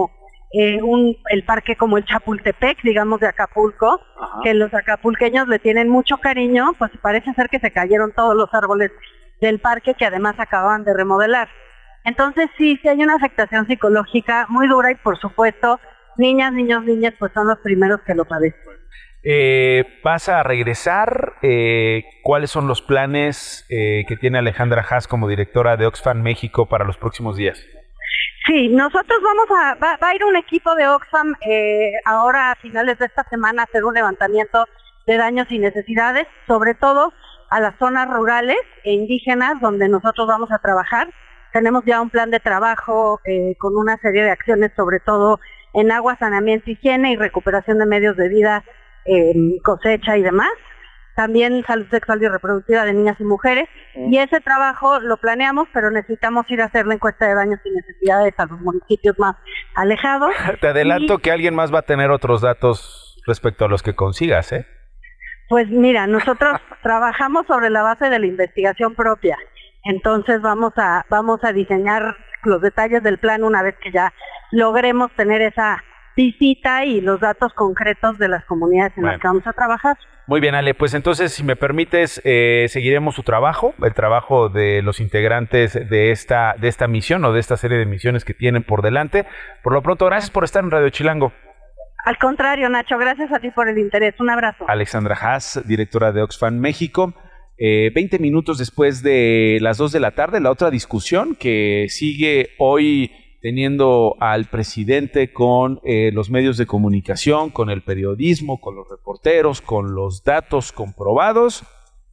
el parque como el Chapultepec, digamos, de Acapulco, que los acapulqueños le tienen mucho cariño, pues parece ser que se cayeron todos los árboles del parque que además acababan de remodelar. Entonces sí hay una afectación psicológica muy dura y por supuesto niñas, niños, niñas pues son los primeros que lo padecen. ¿Vas a regresar? ¿Cuáles son los planes que tiene Alejandra Haas como directora de Oxfam México para los próximos días? Sí, nosotros va a ir un equipo de Oxfam ahora a finales de esta semana a hacer un levantamiento de daños y necesidades, sobre todo a las zonas rurales e indígenas donde nosotros vamos a trabajar. Tenemos ya un plan de trabajo con una serie de acciones, sobre todo en agua, saneamiento, higiene y recuperación de medios de vida, cosecha y demás. También salud sexual y reproductiva de niñas y mujeres. Y ese trabajo lo planeamos, pero necesitamos ir a hacer la encuesta de daños y necesidades a los municipios más alejados. Te adelanto que alguien más va a tener otros datos respecto a los que consigas, ¿eh? Pues mira, nosotros trabajamos sobre la base de la investigación propia. Entonces vamos a diseñar los detalles del plan una vez que ya logremos tener esa visita y los datos concretos de las comunidades en las que vamos a trabajar. Muy bien, Ale, pues entonces, si me permites, seguiremos su trabajo, el trabajo de los integrantes de esta misión o de esta serie de misiones que tienen por delante. Por lo pronto, gracias por estar en Radio Chilango. Al contrario, Nacho, gracias a ti por el interés. Un abrazo. Alexandra Haas, directora de Oxfam México. 20 minutos después de las 2 de la tarde, la otra discusión que sigue hoy teniendo al presidente con los medios de comunicación, con el periodismo, con los reporteros, con los datos comprobados,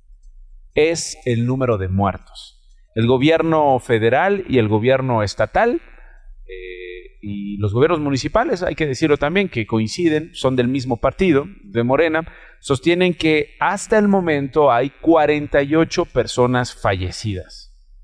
es el número de muertos. El gobierno federal y el gobierno estatal y los gobiernos municipales, hay que decirlo también, que coinciden, son del mismo partido, de Morena, sostienen que hasta el momento hay 48 personas fallecidas.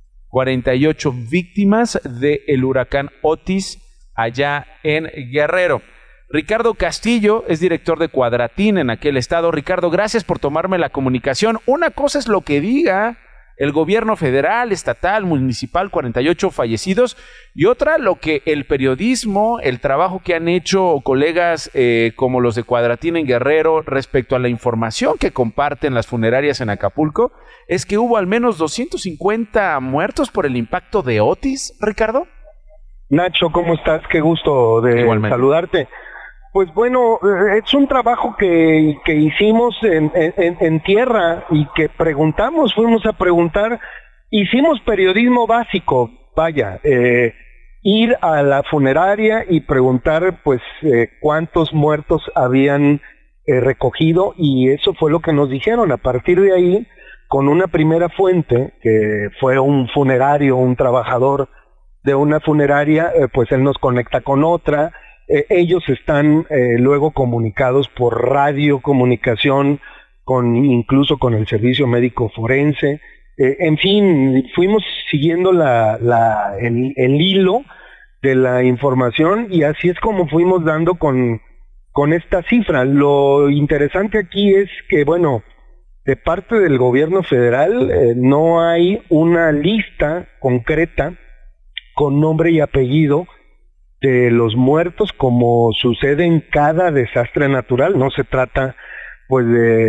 48 víctimas del huracán Otis allá en Guerrero. Ricardo Castillo es director de Cuadratín en aquel estado. Ricardo, gracias por tomarme la comunicación. Una cosa es lo que diga el gobierno federal, estatal, municipal, 48 fallecidos, y otra lo que el periodismo, el trabajo que han hecho colegas como los de Cuadratín en Guerrero respecto a la información que comparten las funerarias en Acapulco, es que hubo al menos 250 muertos por el impacto de Otis, Ricardo. Nacho, ¿cómo estás? Qué gusto de saludarte. Pues bueno, es un trabajo que hicimos en tierra y que fuimos a preguntar, hicimos periodismo básico, vaya, ir a la funeraria y preguntar pues cuántos muertos habían recogido, y eso fue lo que nos dijeron. A partir de ahí, con una primera fuente, que fue un funerario, un trabajador de una funeraria, pues él nos conecta con otra. Ellos están luego comunicados por radiocomunicación, incluso con el servicio médico forense. En fin, fuimos siguiendo el hilo de la información, y así es como fuimos dando con esta cifra. Lo interesante aquí es que, bueno, de parte del gobierno federal no hay una lista concreta con nombre y apellido de los muertos, como sucede en cada desastre natural. No se trata pues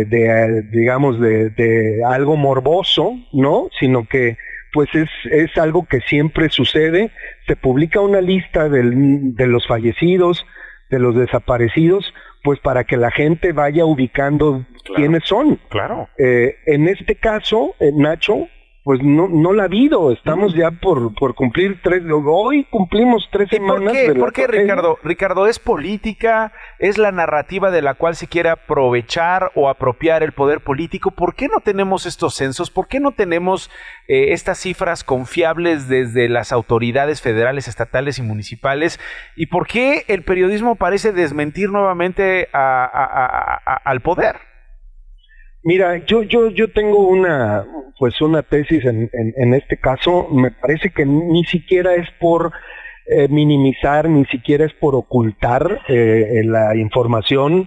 de algo morboso, ¿no? Sino que pues es algo que siempre sucede. Se publica una lista de los fallecidos, de los desaparecidos, pues para que la gente vaya ubicando quiénes son. Claro. En este caso, Nacho, pues no la ha habido. Estamos ya por cumplir hoy cumplimos 3 semanas. ¿Por qué, Ricardo? Ricardo, ¿es política? ¿Es la narrativa de la cual se quiere aprovechar o apropiar el poder político? ¿Por qué no tenemos estos censos? ¿Por qué no tenemos estas cifras confiables desde las autoridades federales, estatales y municipales? ¿Y por qué el periodismo parece desmentir nuevamente al poder? Mira, yo tengo una tesis en este caso. Me parece que ni siquiera es por minimizar, ni siquiera es por ocultar la información.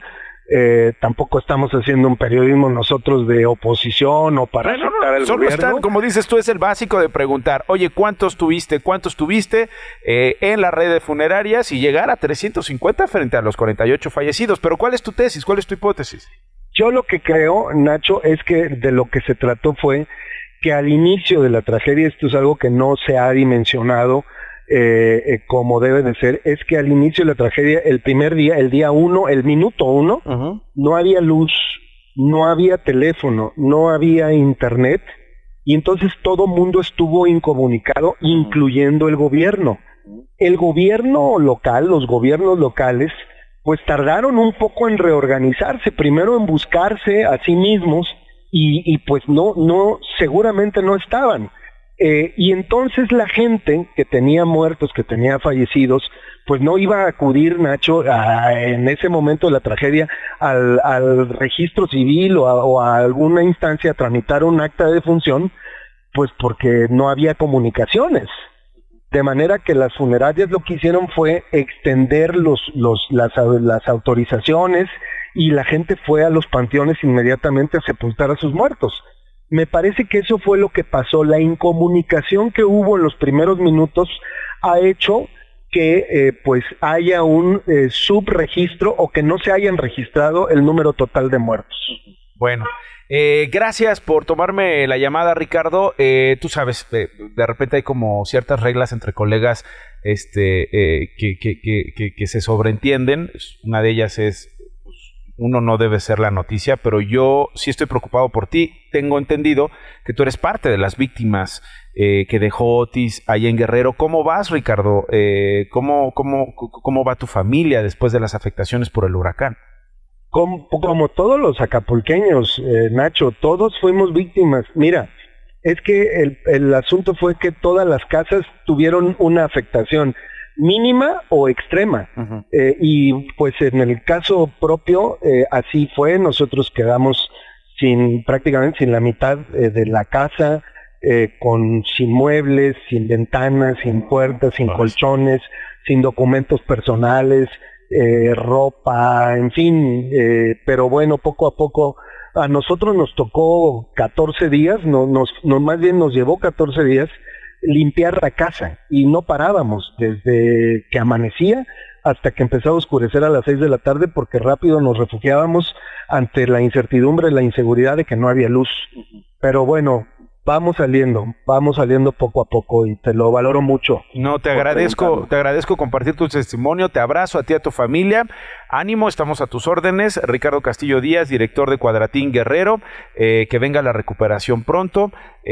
Tampoco estamos haciendo un periodismo nosotros de oposición o para afectar al solo gobierno. Están, como dices tú, es el básico de preguntar, oye, ¿cuántos tuviste en la red de funerarias y llegar a 350 frente a los 48 fallecidos? Pero ¿cuál es tu tesis? ¿Cuál es tu hipótesis? Yo lo que creo, Nacho, es que de lo que se trató fue que al inicio de la tragedia, esto es algo que no se ha dimensionado como debe de ser, es que al inicio de la tragedia, el primer día, el día 1, el minuto 1, no había luz, no había teléfono, no había internet, y entonces todo mundo estuvo incomunicado, incluyendo el gobierno. El gobierno local, los gobiernos locales, pues tardaron un poco en reorganizarse, primero en buscarse a sí mismos, y pues no, seguramente no estaban. Y entonces la gente que tenía muertos, que tenía fallecidos, pues no iba a acudir, Nacho, en ese momento de la tragedia, al registro civil o a alguna instancia a tramitar un acta de defunción, pues porque no había comunicaciones. De manera que las funerarias lo que hicieron fue extender las autorizaciones, y la gente fue a los panteones inmediatamente a sepultar a sus muertos. Me parece que eso fue lo que pasó. La incomunicación que hubo en los primeros minutos ha hecho que pues haya un subregistro, o que no se hayan registrado el número total de muertos. Bueno, gracias por tomarme la llamada, Ricardo. Tú sabes, de repente hay como ciertas reglas entre colegas que se sobreentienden. Una de ellas es, uno no debe ser la noticia, pero yo sí estoy preocupado por ti. Tengo entendido que tú eres parte de las víctimas que dejó Otis allá en Guerrero. ¿Cómo vas, Ricardo? ¿Cómo va tu familia después de las afectaciones por el huracán? Como todos los acapulqueños, Nacho, todos fuimos víctimas. Mira, es que el asunto fue que todas las casas tuvieron una afectación mínima o extrema. Y pues en el caso propio, así fue. Nosotros quedamos prácticamente sin la mitad de la casa, sin muebles, sin ventanas, sin puertas, sin colchones, sin documentos personales, ropa, en fin. Pero bueno, poco a poco a nosotros nos tocó 14 días, más bien nos llevó 14 días limpiar la casa, y no parábamos desde que amanecía hasta que empezó a oscurecer a las 6 de la tarde, porque rápido nos refugiábamos ante la incertidumbre, la inseguridad de que no había luz. Pero bueno, vamos saliendo poco a poco, y te lo valoro mucho. No, te agradezco compartir tu testimonio, te abrazo a ti y a tu familia. Ánimo, estamos a tus órdenes. Ricardo Castillo Díaz, director de Cuadratín Guerrero, que venga la recuperación pronto.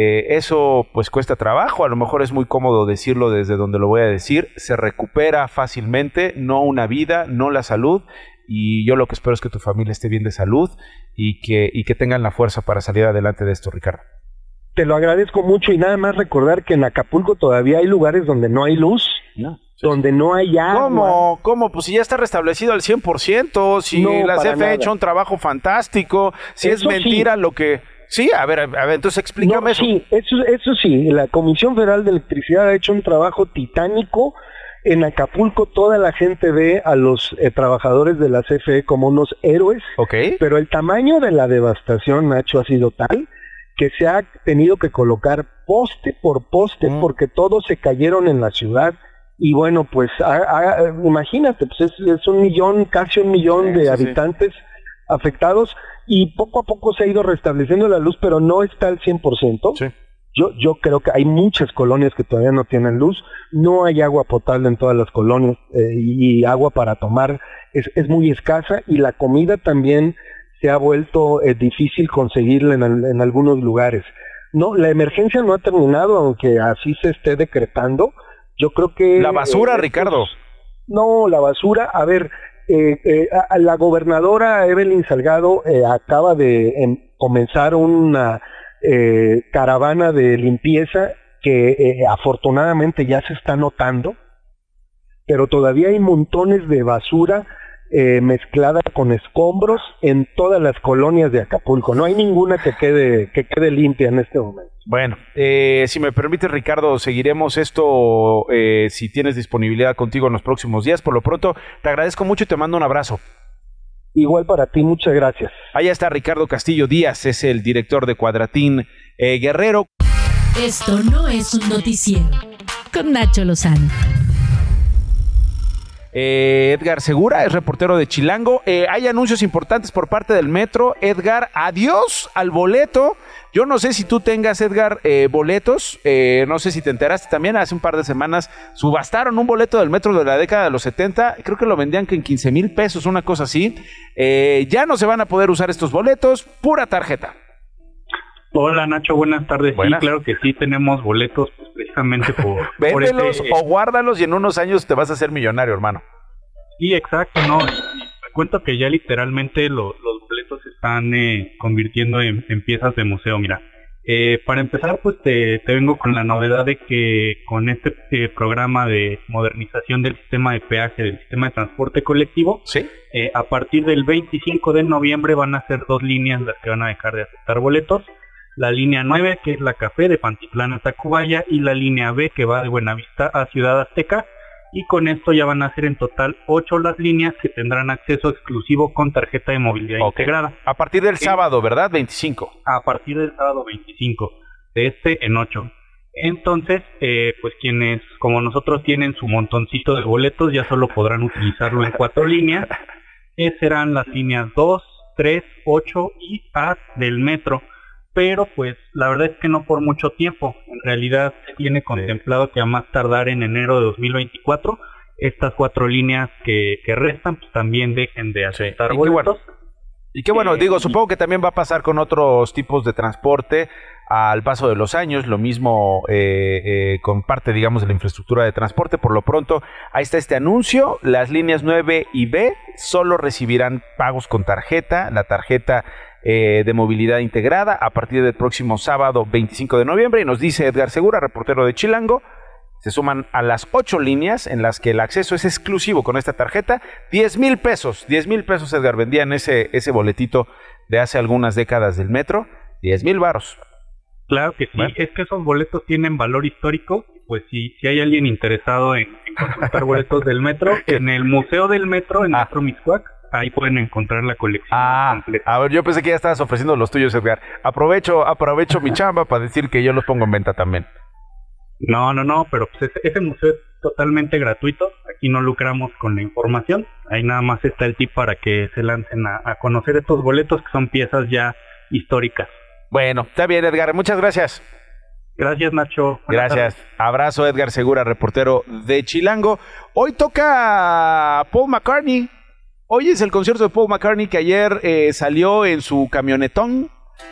Eso pues cuesta trabajo, a lo mejor es muy cómodo decirlo desde donde lo voy a decir. Se recupera fácilmente, no una vida, no la salud. Y yo lo que espero es que tu familia esté bien de salud y que tengan la fuerza para salir adelante de esto, Ricardo. Te lo agradezco mucho, y nada más recordar que en Acapulco todavía hay lugares donde no hay luz, donde no hay agua. ¿Cómo? Pues si ya está restablecido al 100%, si la CFE ha hecho un trabajo fantástico, si eso es mentira lo que... Sí, a ver, entonces explícame eso. Sí, eso sí, la Comisión Federal de Electricidad ha hecho un trabajo titánico. En Acapulco toda la gente ve a los trabajadores de la CFE como unos héroes, pero el tamaño de la devastación, Nacho, ha sido tal que se ha tenido que colocar poste por poste, porque todos se cayeron en la ciudad. Y bueno, pues imagínate, pues es 1 millón, casi 1 millón de habitantes afectados, y poco a poco se ha ido restableciendo la luz, pero no está al 100%. Yo creo que hay muchas colonias que todavía no tienen luz, no hay agua potable en todas las colonias, y agua para tomar es muy escasa, y la comida también se ha vuelto difícil conseguirla en algunos lugares. No, la emergencia no ha terminado, aunque así se esté decretando. Yo creo que... La basura, Ricardo. No, la basura, a ver, la gobernadora Evelyn Salgado acaba de comenzar una caravana de limpieza que afortunadamente ya se está notando, pero todavía hay montones de basura mezclada con escombros en todas las colonias de Acapulco. No hay ninguna que quede limpia en este momento. Bueno, si me permite, Ricardo, seguiremos esto si tienes disponibilidad contigo en los próximos días. Por lo pronto, te agradezco mucho y te mando un abrazo. Igual para ti, muchas gracias. Allá está Ricardo Castillo Díaz, es el director de Cuadratín Guerrero. Esto no es un noticiero. Con Nacho Lozano. Edgar Segura es reportero de Chilango. Hay anuncios importantes por parte del metro. Edgar, adiós al boleto. Yo no sé si tú tengas, Edgar, boletos. No sé si te enteraste también. Hace un par de semanas subastaron un boleto del metro de la década de los 70. Creo que lo vendían en 15,000 pesos, una cosa así. Ya no se van a poder usar estos boletos. Pura tarjeta. Hola Nacho, buenas tardes. Buenas. Sí, claro que sí, tenemos boletos pues, precisamente por... Véndelos o guárdalos y en unos años te vas a hacer millonario, hermano. Sí, exacto, no. Te cuento que ya literalmente los boletos se están convirtiendo en piezas de museo. Mira, para empezar, pues te vengo con la novedad de que con este programa de modernización del sistema de peaje, del sistema de transporte colectivo, ¿sí? A partir del 25 de noviembre van a ser 2 líneas las que van a dejar de aceptar boletos. La línea 9, que es la Café de Pantitlán a Tacubaya, y la línea B, que va de Buenavista a Ciudad Azteca. Y con esto ya van a ser en total 8 las líneas que tendrán acceso exclusivo con tarjeta de movilidad integrada. A partir del sábado, ¿verdad? 25. A partir del sábado 25, de en 8. Entonces, pues quienes como nosotros tienen su montoncito de boletos ya solo podrán utilizarlo en 4 líneas, que serán las líneas 2, 3, 8 y A del metro. Pero pues la verdad es que no por mucho tiempo. En realidad se tiene contemplado que a más tardar en enero de 2024 estas 4 líneas que restan pues también dejen de aceptar boletos. Y qué bueno, digo, supongo que también va a pasar con otros tipos de transporte al paso de los años, lo mismo con parte, digamos, de la infraestructura de transporte. Por lo pronto, ahí está este anuncio, las líneas 9 y B solo recibirán pagos con tarjeta, la tarjeta de movilidad integrada a partir del próximo sábado 25 de noviembre, y nos dice Edgar Segura, reportero de Chilango, se suman a las 8 líneas en las que el acceso es exclusivo con esta tarjeta. 10,000 pesos, Edgar, vendían ese boletito de hace algunas décadas del metro, 10,000 varos. Claro que sí, bueno. Es que esos boletos tienen valor histórico. Pues si hay alguien interesado en consultar boletos del metro, en el Museo del Metro, en Metro Mixcoac, ahí pueden encontrar la colección completa. A ver, yo pensé que ya estabas ofreciendo los tuyos, Edgar. Aprovecho mi chamba para decir que yo los pongo en venta también. No, pero pues ese museo es totalmente gratuito. Aquí no lucramos con la información. Ahí nada más está el tip para que se lancen a conocer estos boletos que son piezas ya históricas. Bueno, está bien, Edgar. Muchas gracias. Gracias, Nacho. Buenas Gracias. tardes. Abrazo, Edgar Segura, reportero de Chilango. Hoy toca Paul McCartney. Hoy es el concierto de Paul McCartney, que ayer salió en su camionetón,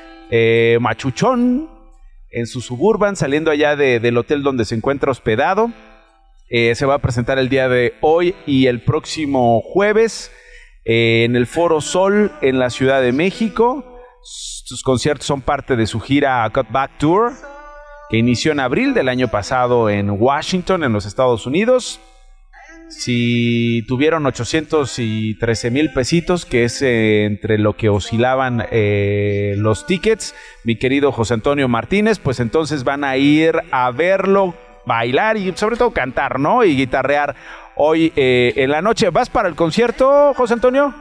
machuchón, en su Suburban, saliendo allá del hotel donde se encuentra hospedado. Se va a presentar el día de hoy y el próximo jueves en el Foro Sol en la Ciudad de México. Sus conciertos son parte de su gira Cut Back Tour, que inició en abril del año pasado en Washington, en los Estados Unidos. Si tuvieron 813,000 pesitos, que es entre lo que oscilaban los tickets, mi querido José Antonio Martínez, pues entonces van a ir a verlo bailar y sobre todo cantar, ¿no? Y guitarrear hoy en la noche. ¿Vas para el concierto, José Antonio?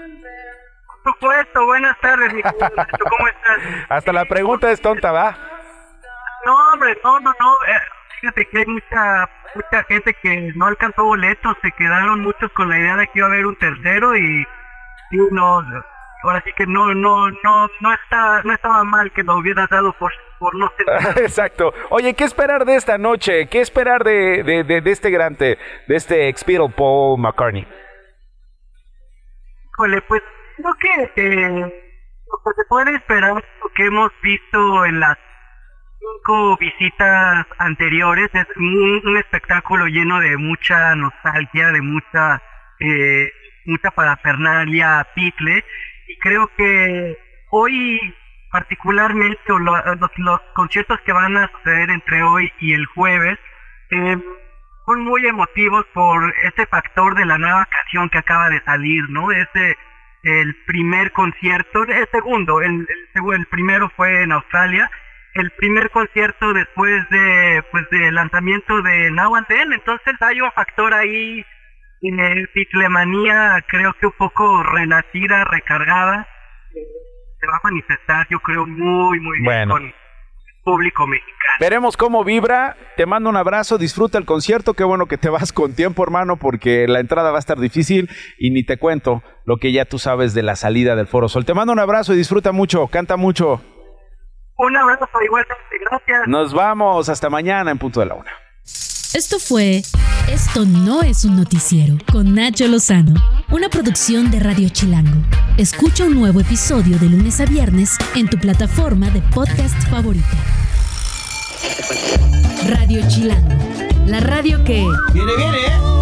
Por supuesto, buenas tardes, mi querido Nacho, ¿cómo estás? Hasta la pregunta es tonta, ¿va? No, hombre, no. Fíjate que hay mucha gente que no alcanzó boletos, se quedaron muchos con la idea de que iba a haber un tercero y no, ahora sí que no estaba mal que lo hubieras dado por no ser. Exacto. Oye, ¿qué esperar de esta noche? ¿Qué esperar de este grande, de este ex-Beatle Paul McCartney? Híjole, pues creo que lo que se puede esperar, lo que hemos visto en las 5 visitas anteriores, es un espectáculo lleno de mucha nostalgia, de mucha parafernalia Beatle, y creo que hoy particularmente los conciertos que van a suceder entre hoy y el jueves son muy emotivos por ese factor de la nueva canción que acaba de salir, ¿no? El primer concierto, el segundo, el primero fue en Australia, el primer concierto después del lanzamiento de Now and Then. Entonces hay un factor ahí Pitlemanía creo que un poco renacida, recargada, se va a manifestar, yo creo, muy bien con el público mexicano. Veremos cómo vibra. Te mando un abrazo, disfruta el concierto. Qué bueno que te vas con tiempo, hermano, porque la entrada va a estar difícil y ni te cuento lo que ya tú sabes de la salida del Foro Sol. Te mando un abrazo y disfruta mucho, canta mucho. Un abrazo igualmente, gracias. Nos vamos, hasta mañana en punto de la 1. Esto fue Esto no es un noticiero con Nacho Lozano, una producción de Radio Chilango. Escucha un nuevo episodio de lunes a viernes en tu plataforma de podcast favorita. Radio Chilango, la radio que... ¡Viene!